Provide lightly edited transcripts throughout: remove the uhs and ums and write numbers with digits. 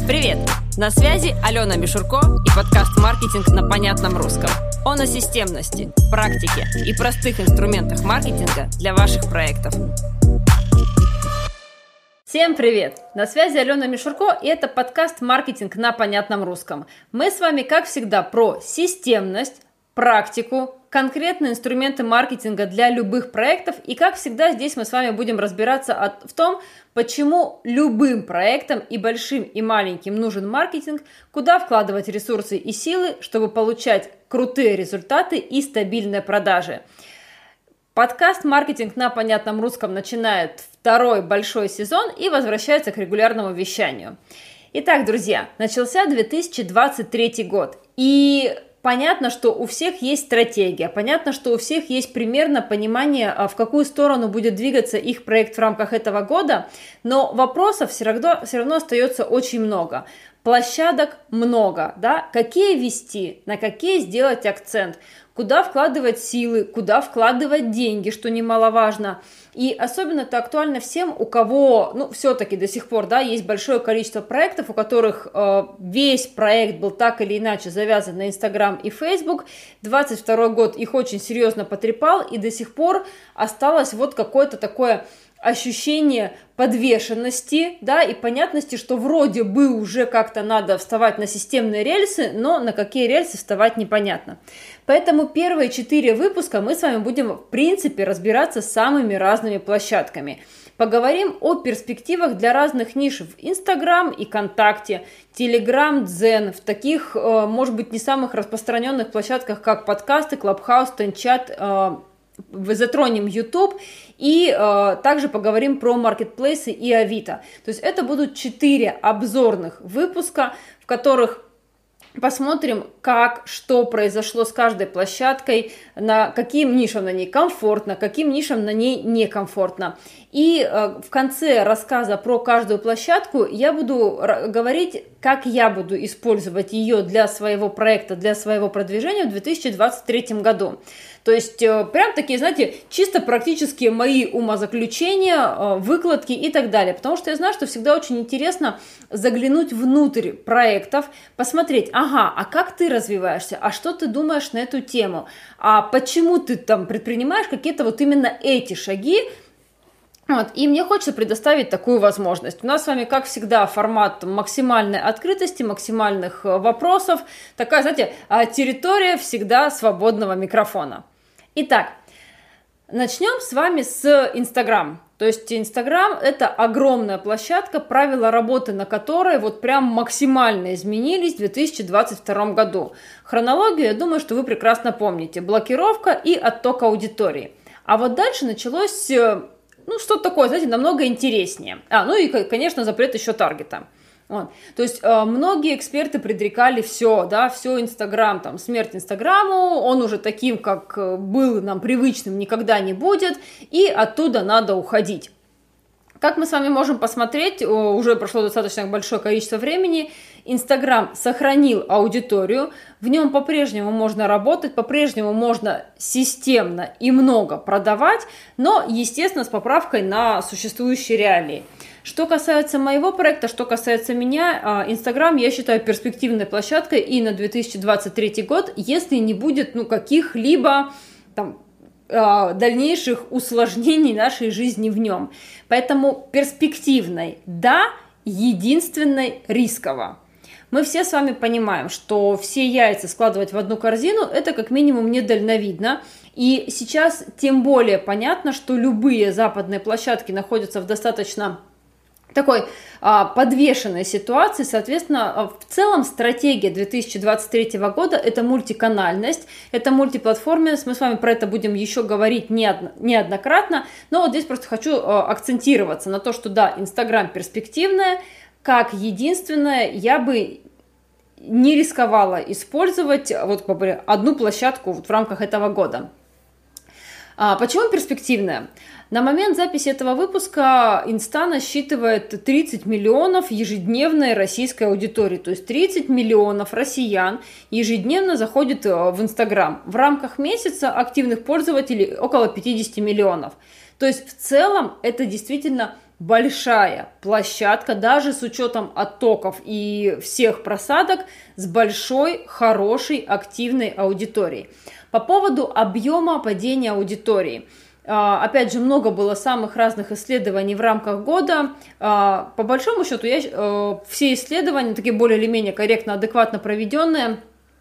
Привет! На связи Алена Мишурко и подкаст «Маркетинг на понятном русском». Он о системности, практике и простых инструментах маркетинга для ваших проектов. Всем привет! На связи Алена Мишурко, и это подкаст «Маркетинг на понятном русском». Мы с вами, как всегда, про системность, практику, конкретные инструменты маркетинга для любых проектов. И, как всегда, здесь мы с вами будем разбираться в том, почему любым проектам, и большим, и маленьким, нужен маркетинг, куда вкладывать ресурсы и силы, чтобы получать крутые результаты и стабильные продажи. Подкаст «Маркетинг на понятном русском» начинает второй большой сезон и возвращается к регулярному вещанию. Итак, друзья, начался 2023 год. И понятно, что у всех есть стратегия, понятно, что у всех есть примерно понимание, в какую сторону будет двигаться их проект в рамках этого года, но вопросов все равно остается очень много. Площадок много, да? Какие вести, на какие сделать акцент, куда вкладывать силы, куда вкладывать деньги, что немаловажно. И особенно это актуально всем, у кого, все-таки до сих пор, да, есть большое количество проектов, у которых весь проект был так или иначе завязан на Instagram и Facebook. 22 год их очень серьезно потрепал, и до сих пор осталось вот какое-то такое ощущение подвешенности, да, и понятности, что вроде бы уже как-то надо вставать на системные рельсы, но на какие рельсы вставать непонятно. Поэтому первые 4 выпуска мы с вами будем, в принципе, разбираться с самыми разными площадками. Поговорим о перспективах для разных ниш в Instagram и ВКонтакте, Telegram, Дзен, в таких, может быть, не самых распространенных площадках, как подкасты, Clubhouse, Тенчат, затронем YouTube и также поговорим про маркетплейсы и Авито. То есть это будут 4 обзорных выпуска, в которых посмотрим, как, что произошло с каждой площадкой, на каким нишам на ней комфортно, каким нишам на ней некомфортно. И в конце рассказа про каждую площадку я буду говорить, как я буду использовать ее для своего проекта, для своего продвижения в 2023 году. То есть прям такие, знаете, чисто практические мои умозаключения, выкладки и так далее. Потому что я знаю, что всегда очень интересно заглянуть внутрь проектов, посмотреть, а как ты развиваешься, а что ты думаешь на эту тему, а почему ты там предпринимаешь какие-то вот именно эти шаги. Вот, и мне хочется предоставить такую возможность. У нас с вами, как всегда, формат максимальной открытости, максимальных вопросов. Такая, знаете, территория всегда свободного микрофона. Итак, начнем с вами с Instagram. То есть Instagram – это огромная площадка, правила работы на которой вот прям максимально изменились в 2022 году. Хронологию, я думаю, что вы прекрасно помните. Блокировка и отток аудитории. А вот дальше началось что-то такое, знаете, намного интереснее. И, конечно, запрет еще таргета. Вот. То есть многие эксперты предрекали все Инстаграм, там, смерть Инстаграму, он уже таким, как был нам привычным, никогда не будет, и оттуда надо уходить. Как мы с вами можем посмотреть, уже прошло достаточно большое количество времени, Инстаграм сохранил аудиторию, в нем по-прежнему можно работать, по-прежнему можно системно и много продавать, но, естественно, с поправкой на существующие реалии. Что касается моего проекта, что касается меня, Инстаграм я считаю перспективной площадкой и на 2023 год, если не будет каких-либо дальнейших усложнений нашей жизни в нем. Поэтому перспективной, да, единственной рисково. Мы все с вами понимаем, что все яйца складывать в одну корзину – это как минимум недальновидно. И сейчас тем более понятно, что любые западные площадки находятся в достаточно такой подвешенной ситуации. Соответственно, в целом стратегия 2023 года – это мультиканальность, это мультиплатформенность. Мы с вами про это будем еще говорить неоднократно, но вот здесь просто хочу акцентироваться на то, что да, Инстаграм перспективная, как единственное, я бы не рисковала использовать одну площадку в рамках этого года. Почему перспективная? На момент записи этого выпуска Инста насчитывает 30 миллионов ежедневной российской аудитории. То есть 30 миллионов россиян ежедневно заходит в Инстаграм. В рамках месяца активных пользователей около 50 миллионов. То есть в целом это действительно большая площадка, даже с учетом оттоков и всех просадок, с большой, хорошей, активной аудиторией. По поводу объема падения аудитории. Опять же, много было самых разных исследований в рамках года. По большому счету, все исследования, такие более или менее корректно, адекватно проведенные,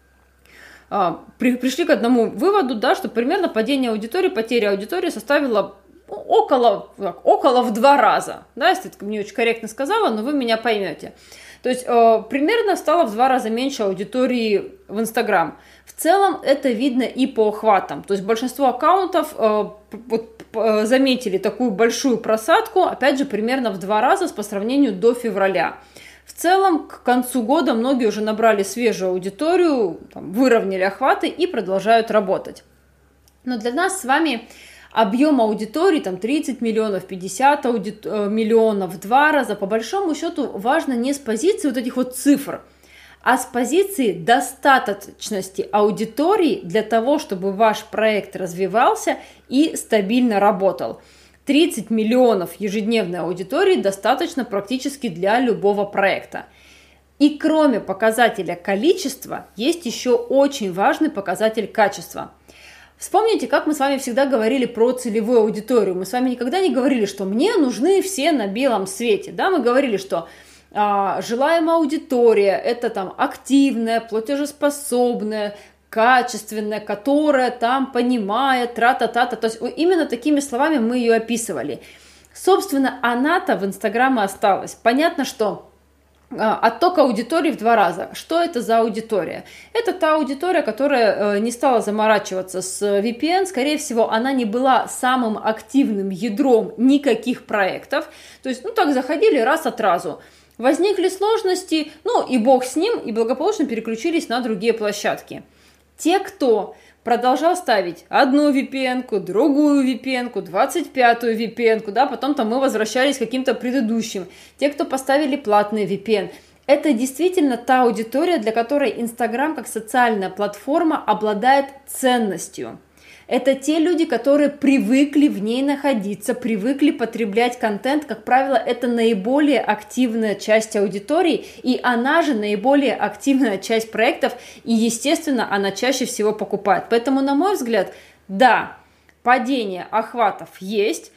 пришли к одному выводу, да, что примерно падение аудитории, потеря аудитории составила около в 2 раза. Да, если я не очень корректно сказала, но вы меня поймете. То есть примерно стало в 2 раза меньше аудитории в Инстаграм. В целом это видно и по охватам. То есть большинство аккаунтов заметили такую большую просадку, опять же, примерно в 2 раза по сравнению до февраля. В целом, к концу года многие уже набрали свежую аудиторию, выровняли охваты и продолжают работать. Но для нас с вами объем аудитории, 30 миллионов, 50 миллионов, в 2 раза, по большому счету важно не с позиции вот этих вот цифр, а с позиции достаточности аудитории для того, чтобы ваш проект развивался и стабильно работал. 30 миллионов ежедневной аудитории достаточно практически для любого проекта. И кроме показателя количества, есть еще очень важный показатель качества. Вспомните, как мы с вами всегда говорили про целевую аудиторию. Мы с вами никогда не говорили, что мне нужны все на белом свете. Да? Мы говорили, что желаемая аудитория – это активная, платежеспособная, качественная, которая понимает, тра-та-та-та. То есть именно такими словами мы ее описывали. Собственно, она-то в Инстаграме осталась. Понятно, что отток аудитории в 2 раза. Что это за аудитория? Это та аудитория, которая не стала заморачиваться с VPN. Скорее всего, она не была самым активным ядром никаких проектов. То есть, так заходили раз от разу. Возникли сложности, и бог с ним, и благополучно переключились на другие площадки. Те, кто продолжал ставить одну VPN-ку, другую VPN-ку, 25-ю VPN-ку, да, потом мы возвращались к каким-то предыдущим. Те, кто поставили платный VPN. Это действительно та аудитория, для которой Instagram как социальная платформа обладает ценностью. Это те люди, которые привыкли в ней находиться, привыкли потреблять контент. Как правило, это наиболее активная часть аудитории, и она же наиболее активная часть проектов, и, естественно, она чаще всего покупает. Поэтому, на мой взгляд, да, падение охватов есть.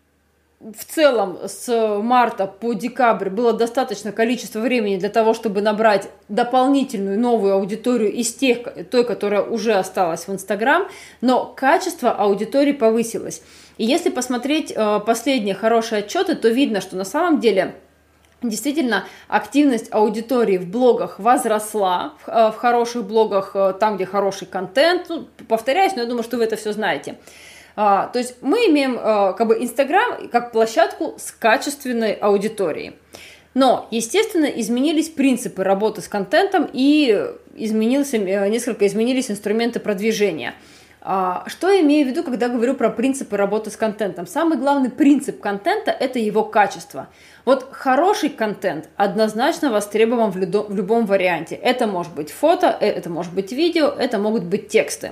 В целом с марта по декабрь было достаточно количество времени для того, чтобы набрать дополнительную новую аудиторию из той, которая уже осталась в Инстаграм, но качество аудитории повысилось. И если посмотреть последние хорошие отчеты, то видно, что на самом деле действительно активность аудитории в блогах возросла, в хороших блогах, там, где хороший контент. Повторяюсь, но я думаю, что вы это все знаете. То есть мы имеем Инстаграм как площадку с качественной аудиторией. Но, естественно, изменились принципы работы с контентом и несколько изменились инструменты продвижения. Что я имею в виду, когда говорю про принципы работы с контентом? Самый главный принцип контента – это его качество. Вот хороший контент однозначно востребован в любом варианте. Это может быть фото, это может быть видео, это могут быть тексты.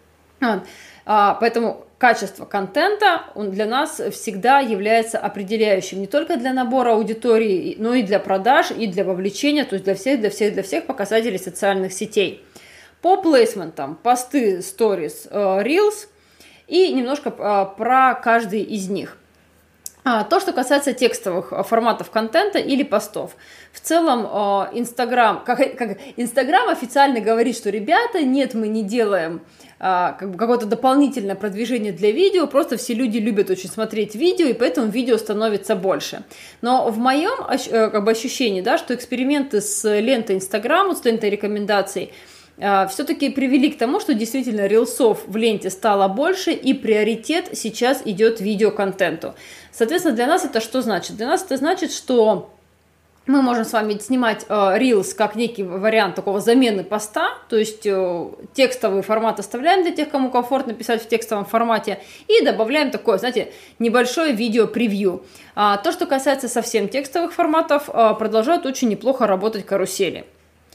Поэтому качество контента для нас всегда является определяющим не только для набора аудитории, но и для продаж, и для вовлечения, то есть для всех показателей социальных сетей. По плейсментам, посты, сторис, reels и немножко про каждый из них. То, что касается текстовых форматов контента или постов. В целом, Инстаграм официально говорит, что ребята, нет, мы не делаем какое-то дополнительное продвижение для видео, просто все люди любят очень смотреть видео, и поэтому видео становится больше. Но в моем ощущении, да, что эксперименты с лентой Инстаграма, с лентой рекомендаций, все-таки привели к тому, что действительно рилсов в ленте стало больше, и приоритет сейчас идет видеоконтенту. Соответственно, для нас это что значит? Для нас это значит, что мы можем с вами снимать Reels как некий вариант такого замены поста, то есть текстовый формат оставляем для тех, кому комфортно писать в текстовом формате, и добавляем такое, знаете, небольшое видео-превью. То, что касается совсем текстовых форматов, продолжают очень неплохо работать карусели.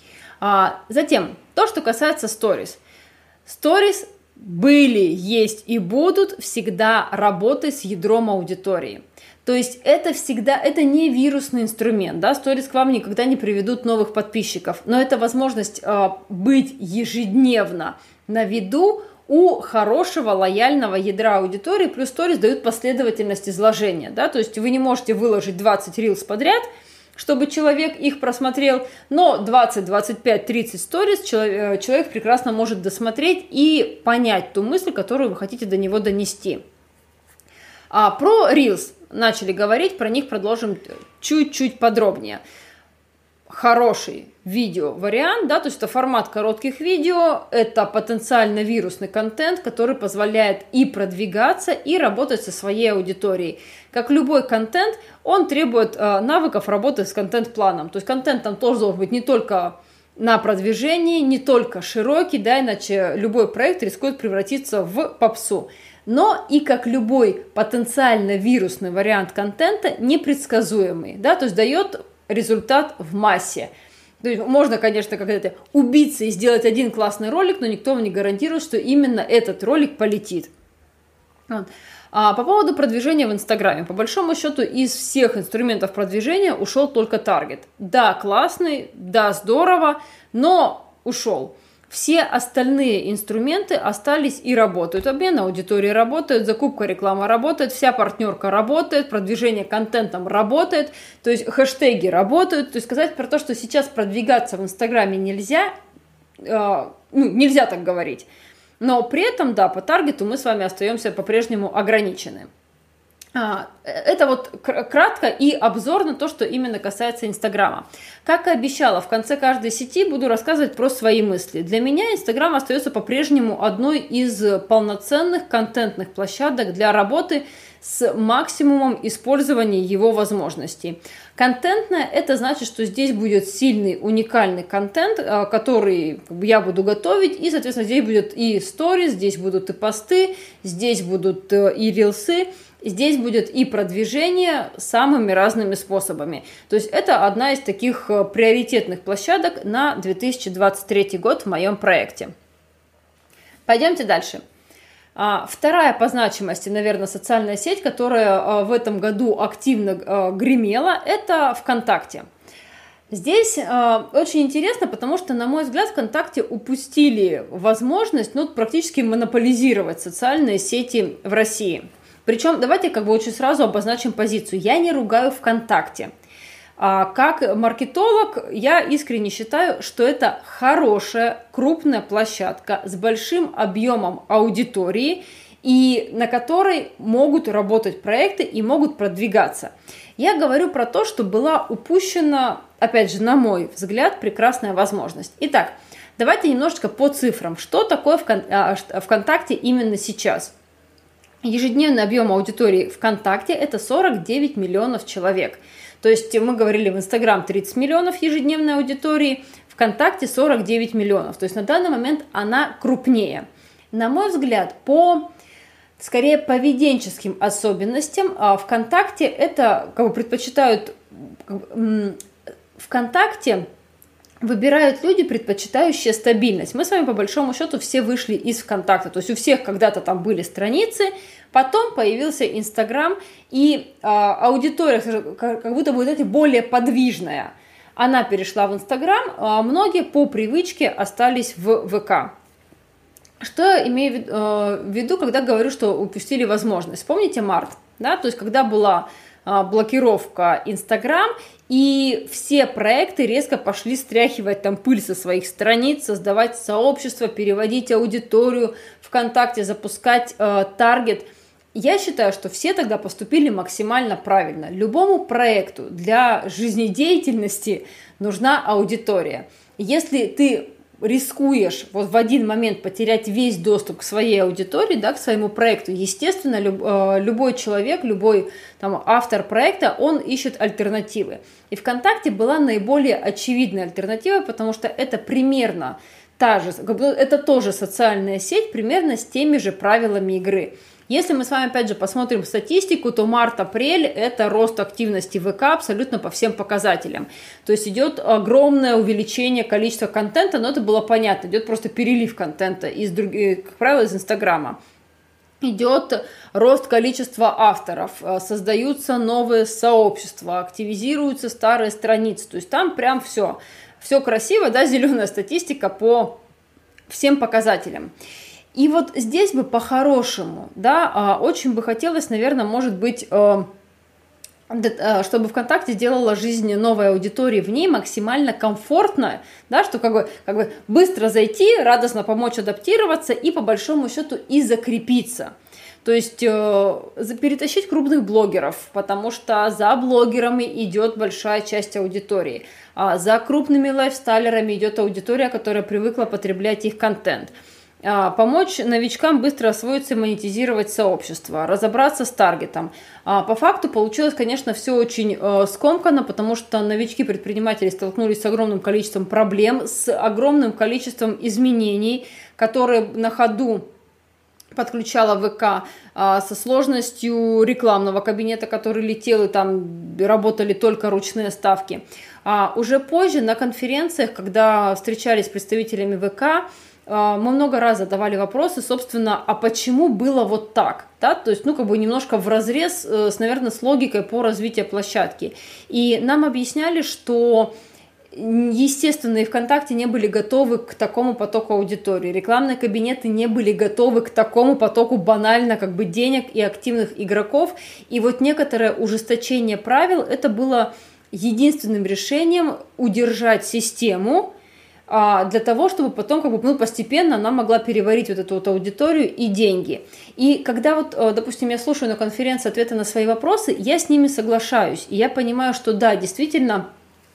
Затем, то, что касается сторис. Сторис были, есть и будут всегда работать с ядром аудитории. То есть это всегда, это не вирусный инструмент, да, сторис к вам никогда не приведут новых подписчиков, но это возможность быть ежедневно на виду у хорошего лояльного ядра аудитории, плюс сторис дают последовательность изложения, да, то есть вы не можете выложить 20 рилс подряд, чтобы человек их просмотрел, но 20, 25, 30 сторис человек прекрасно может досмотреть и понять ту мысль, которую вы хотите до него донести. А про Reels начали говорить, про них продолжим чуть-чуть подробнее. Хороший видео-вариант, да, то есть это формат коротких видео, это потенциально вирусный контент, который позволяет и продвигаться, и работать со своей аудиторией. Как любой контент, он требует навыков работы с контент-планом. То есть контент там тоже должен быть не только на продвижении, не только широкий, да, иначе любой проект рискует превратиться в попсу. Но и как любой потенциально вирусный вариант контента, непредсказуемый, да, то есть дает результат в массе. То есть можно, конечно, как-то убиться и сделать один классный ролик, но никто вам не гарантирует, что именно этот ролик полетит. А по поводу продвижения в Инстаграме. По большому счету из всех инструментов продвижения ушел только Таргет. Да, классный, да, здорово, но ушел. Все остальные инструменты остались и работают. Обмен аудитории работает, закупка рекламы работает, вся партнерка работает, продвижение контентом работает, то есть хэштеги работают. То есть сказать про то, что сейчас продвигаться в Инстаграме нельзя, нельзя так говорить. Но при этом, да, по таргету мы с вами остаемся по-прежнему ограничены. Это вот кратко и обзорно то, что именно касается Инстаграма. Как и обещала, в конце каждой сети буду рассказывать про свои мысли. Для меня Инстаграм остается по-прежнему одной из полноценных контентных площадок для работы с максимумом использования его возможностей. Контентное – это значит, что здесь будет сильный, уникальный контент, который я буду готовить, и, соответственно, здесь будет и сторис, здесь будут и посты, здесь будут и рилсы. Здесь будет и продвижение самыми разными способами. То есть это одна из таких приоритетных площадок на 2023 год в моем проекте. Пойдемте дальше. Вторая по значимости, наверное, социальная сеть, которая в этом году активно гремела, это ВКонтакте. Здесь очень интересно, потому что, на мой взгляд, ВКонтакте упустили возможность практически монополизировать социальные сети в России. Причем давайте очень сразу обозначим позицию. Я не ругаю ВКонтакте. Как маркетолог я искренне считаю, что это хорошая, крупная площадка с большим объемом аудитории, и на которой могут работать проекты и могут продвигаться. Я говорю про то, что была упущена, опять же, на мой взгляд, прекрасная возможность. Итак, давайте немножечко по цифрам. Что такое ВКонтакте именно сейчас? Ежедневный объем аудитории ВКонтакте – это 49 миллионов человек. То есть мы говорили в Инстаграм 30 миллионов ежедневной аудитории, ВКонтакте 49 миллионов. То есть на данный момент она крупнее. На мой взгляд, по скорее поведенческим особенностям ВКонтакте это предпочитают ВКонтакте выбирают люди, предпочитающие стабильность. Мы с вами по большому счету все вышли из ВКонтакта. То есть у всех когда-то там были страницы, потом появился Инстаграм, и аудитория как будто бы, более подвижная. Она перешла в Инстаграм, а многие по привычке остались в ВК. Что я имею в виду, когда говорю, что упустили возможность? Помните март? Да? То есть когда была блокировка Инстаграм, и все проекты резко пошли стряхивать там пыль со своих страниц, создавать сообщества, переводить аудиторию ВКонтакте, запускать таргет. Я считаю, что все тогда поступили максимально правильно. Любому проекту для жизнедеятельности нужна аудитория. Если ты рискуешь в один момент потерять весь доступ к своей аудитории, да, к своему проекту, естественно, любой человек, любой автор проекта, он ищет альтернативы. И ВКонтакте была наиболее очевидной альтернативой, потому что это примерно это тоже социальная сеть, примерно с теми же правилами игры. Если мы с вами, опять же, посмотрим статистику, то март-апрель – это рост активности ВК абсолютно по всем показателям. То есть идет огромное увеличение количества контента, но это было понятно, идет просто перелив контента, как правило, из Инстаграма. идет рост количества авторов, создаются новые сообщества, активизируются старые страницы. То есть там прям все красиво, да, зеленая статистика по всем показателям. И вот здесь бы по-хорошему, да, очень бы хотелось, наверное, может быть, чтобы ВКонтакте сделала жизнь новой аудитории в ней максимально комфортно, да, что как бы быстро зайти, радостно помочь адаптироваться и по большому счету и закрепиться. То есть перетащить крупных блогеров, потому что за блогерами идет большая часть аудитории, а за крупными лайфстайлерами идет аудитория, которая привыкла потреблять их контент. Помочь новичкам быстро освоиться и монетизировать сообщество, разобраться с таргетом. По факту получилось, конечно, все очень скомканно, потому что новички-предприниматели столкнулись с огромным количеством проблем, с огромным количеством изменений, которые на ходу подключала ВК, со сложностью рекламного кабинета, который летел, и там работали только ручные ставки. Уже позже на конференциях, когда встречались с представителями ВК, мы много раз задавали вопросы, собственно, а почему было вот так, да, то есть, немножко вразрез, наверное, с логикой по развитию площадки. И нам объясняли, что, естественно, и ВКонтакте не были готовы к такому потоку аудитории, рекламные кабинеты не были готовы к такому потоку банально денег и активных игроков, и вот некоторое ужесточение правил, это было единственным решением удержать систему, для того, чтобы потом постепенно она могла переварить вот эту вот аудиторию и деньги. И когда допустим, я слушаю на конференции ответы на свои вопросы, я с ними соглашаюсь. И я понимаю, что да, действительно,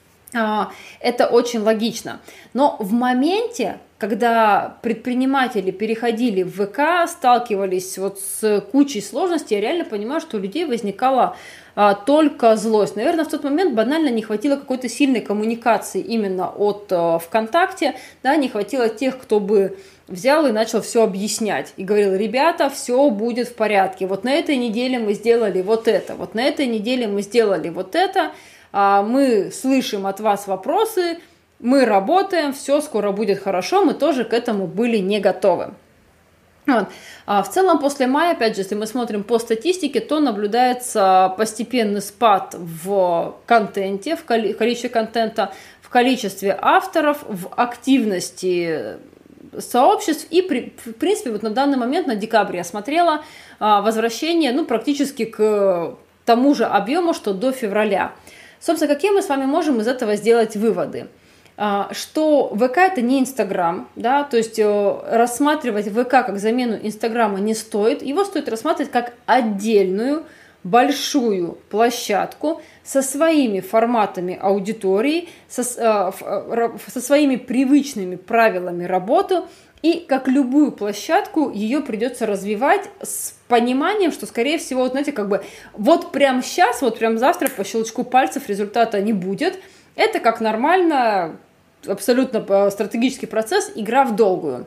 это очень логично. Но в моменте, когда предприниматели переходили в ВК, сталкивались с кучей сложностей, я реально понимаю, что у людей возникала только злость. Наверное, в тот момент банально не хватило какой-то сильной коммуникации именно от ВКонтакте, да, не хватило тех, кто бы взял и начал все объяснять и говорил: ребята, все будет в порядке, вот на этой неделе мы сделали вот это, вот на этой неделе мы сделали вот это, мы слышим от вас вопросы, мы работаем, все скоро будет хорошо, мы тоже к этому были не готовы. Вот. В целом после мая, опять же, если мы смотрим по статистике, то наблюдается постепенный спад в контенте, в количестве контента, в количестве авторов, в активности сообществ. И, в принципе, на данный момент, на декабрь я смотрела, возвращение практически к тому же объему, что до февраля. Собственно, какие мы с вами можем из этого сделать выводы? Что ВК это не Инстаграм, да, то есть рассматривать ВК как замену Инстаграма не стоит, его стоит рассматривать как отдельную большую площадку со своими форматами аудитории, со своими привычными правилами работы, и как любую площадку ее придется развивать с пониманием, что, скорее всего, вот прямо сейчас, вот прямо завтра по щелчку пальцев результата не будет. Это как нормально, абсолютно стратегический процесс, игра в долгую.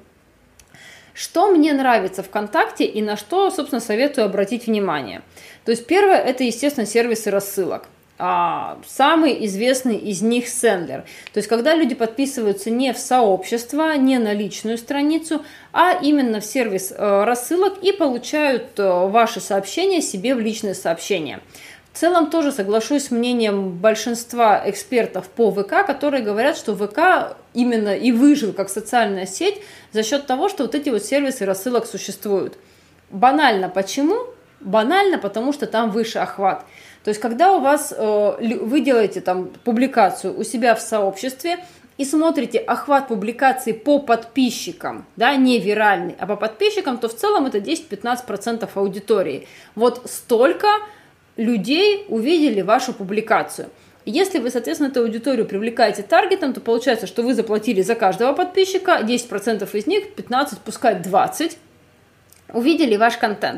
Что мне нравится ВКонтакте и на что, собственно, советую обратить внимание. То есть первое, это, естественно, сервисы рассылок. Самый известный из них Sendler. То есть когда люди подписываются не в сообщество, не на личную страницу, а именно в сервис рассылок и получают ваши сообщения себе в личные сообщения. В целом тоже соглашусь с мнением большинства экспертов по ВК, которые говорят, что ВК именно и выжил как социальная сеть за счет того, что вот эти вот сервисы рассылок существуют. Банально почему? Банально, потому что там выше охват. То есть когда вы делаете там публикацию у себя в сообществе и смотрите охват публикации по подписчикам, да, не виральный, а по подписчикам, то в целом это 10-15% аудитории. Вот столько людей увидели вашу публикацию. Если вы, соответственно, эту аудиторию привлекаете таргетом, то получается, что вы заплатили за каждого подписчика, 10% из них, 15, пускай 20, увидели ваш контент.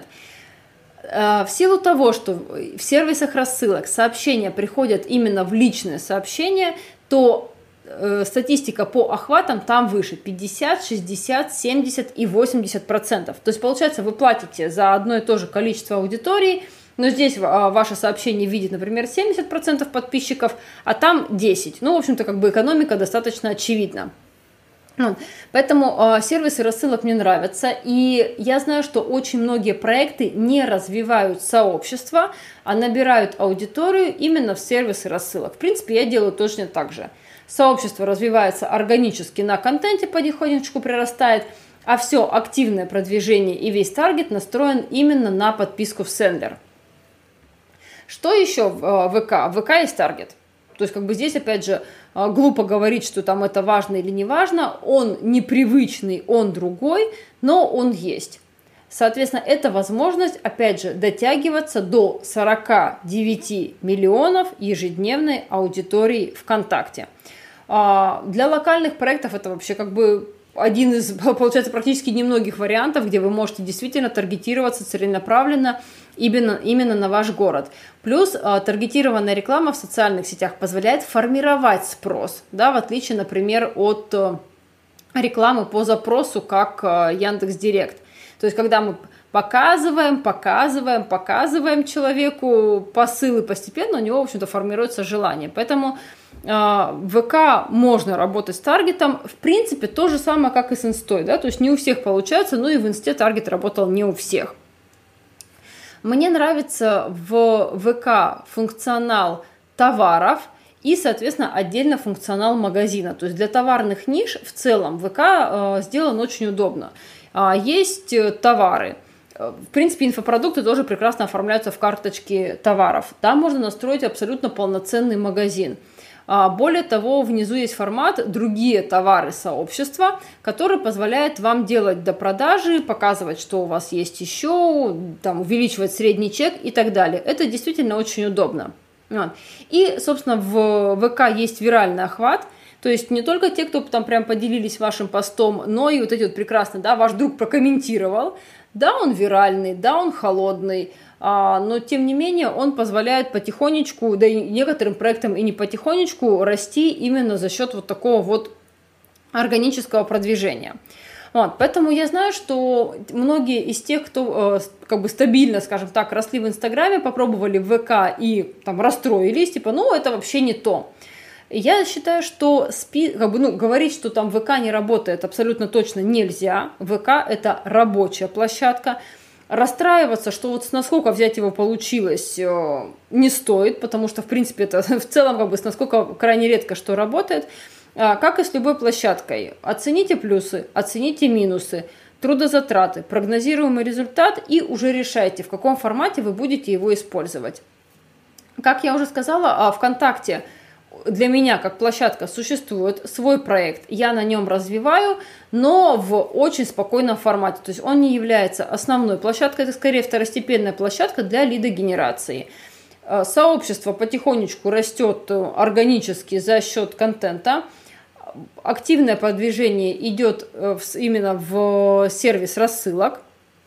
В силу того, что в сервисах рассылок сообщения приходят именно в личные сообщения, то статистика по охватам там выше 50, 60, 70 и 80%. То есть, получается, вы платите за одно и то же количество аудитории, но здесь ваше сообщение видит, например, 70% подписчиков, а там 10%. В общем-то, экономика достаточно очевидна. Поэтому сервисы рассылок мне нравятся, и я знаю, что очень многие проекты не развивают сообщество, а набирают аудиторию именно в сервисы рассылок. В принципе, я делаю точно так же. Сообщество развивается органически на контенте, потихонечку прирастает, а все активное продвижение и весь таргет настроен именно на подписку в сендер. Что еще в ВК? В ВК есть таргет. То есть, здесь, опять же, глупо говорить, что там это важно или не важно. Он непривычный, он другой, но он есть. Соответственно, это возможность, опять же, дотягиваться до 49 миллионов ежедневной аудитории ВКонтакте. Для локальных проектов это вообще один из, получается, практически немногих вариантов, где вы можете действительно таргетироваться целенаправленно именно на ваш город. Плюс таргетированная реклама в социальных сетях позволяет формировать спрос, да, в отличие, например, от рекламы по запросу, как Яндекс.Директ. То есть, когда мы показываем человеку посыл, и постепенно у него, в общем-то, формируется желание. Поэтому в ВК можно работать с таргетом, в принципе, то же самое, как и с инстой, да, то есть не у всех получается, но и в инсте таргет работал не у всех. Мне нравится в ВК функционал товаров и, соответственно, отдельно функционал магазина, то есть для товарных ниш в целом ВК сделан очень удобно. Есть товары. В принципе, инфопродукты тоже прекрасно оформляются в карточке товаров. Там можно настроить абсолютно полноценный магазин. Более того, внизу есть формат «Другие товары сообщества», который позволяет вам делать допродажи, показывать, что у вас есть еще, увеличивать средний чек и так далее. Это действительно очень удобно. И, собственно, в ВК есть виральный охват. То есть не только те, кто там прям поделились вашим постом, но и вот эти вот прекрасно, да, ваш друг прокомментировал. Да, он виральный, да, он холодный, но тем не менее он позволяет потихонечку, да и некоторым проектам и не потихонечку расти именно за счет вот такого вот органического продвижения. Поэтому я знаю, что многие из тех, кто стабильно, скажем так, росли в Инстаграме, попробовали в ВК и расстроились, это вообще не то. Я считаю, что говорить, что там ВК не работает, абсолютно точно нельзя. ВК – это рабочая площадка. Расстраиваться, что насколько взять его получилось, не стоит, потому что, в принципе, это в целом насколько крайне редко что работает. Как и с любой площадкой. Оцените плюсы, оцените минусы, трудозатраты, прогнозируемый результат и уже решайте, в каком формате вы будете его использовать. Как я уже сказала, ВКонтакте для меня как площадка существует свой проект, я на нем развиваю, но в очень спокойном формате. То есть он не является основной площадкой, это скорее второстепенная площадка для лидогенерации. Сообщество потихонечку растет органически за счет контента. Активное продвижение идет именно в сервис рассылок.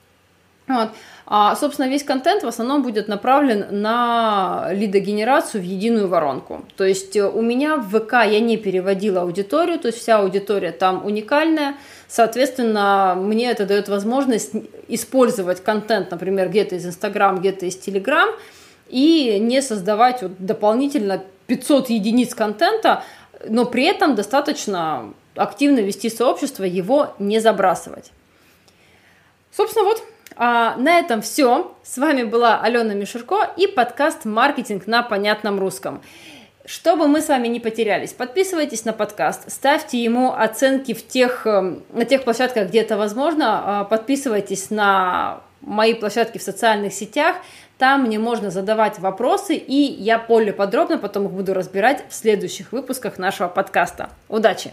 Собственно, весь контент в основном будет направлен на лидогенерацию в единую воронку. То есть у меня в ВК я не переводила аудиторию, то есть вся аудитория там уникальная. Соответственно, мне это дает возможность использовать контент, например, где-то из Инстаграм, где-то из Телеграм, и не создавать дополнительно 500 единиц контента, но при этом достаточно активно вести сообщество, его не забрасывать. Собственно, на этом все. С вами была Алена Мишурко и подкаст «Маркетинг на понятном русском». Чтобы мы с вами не потерялись, подписывайтесь на подкаст, ставьте ему оценки на тех площадках, где это возможно, подписывайтесь на мои площадки в социальных сетях, там мне можно задавать вопросы, и я более подробно потом их буду разбирать в следующих выпусках нашего подкаста. Удачи!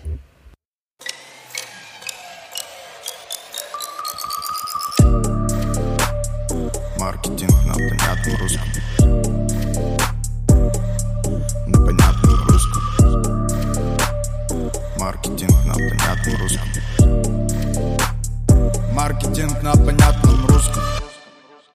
Маркетинг на понятном русском. На понятном русском. Маркетинг на понятном русском. Маркетинг на понятном русском.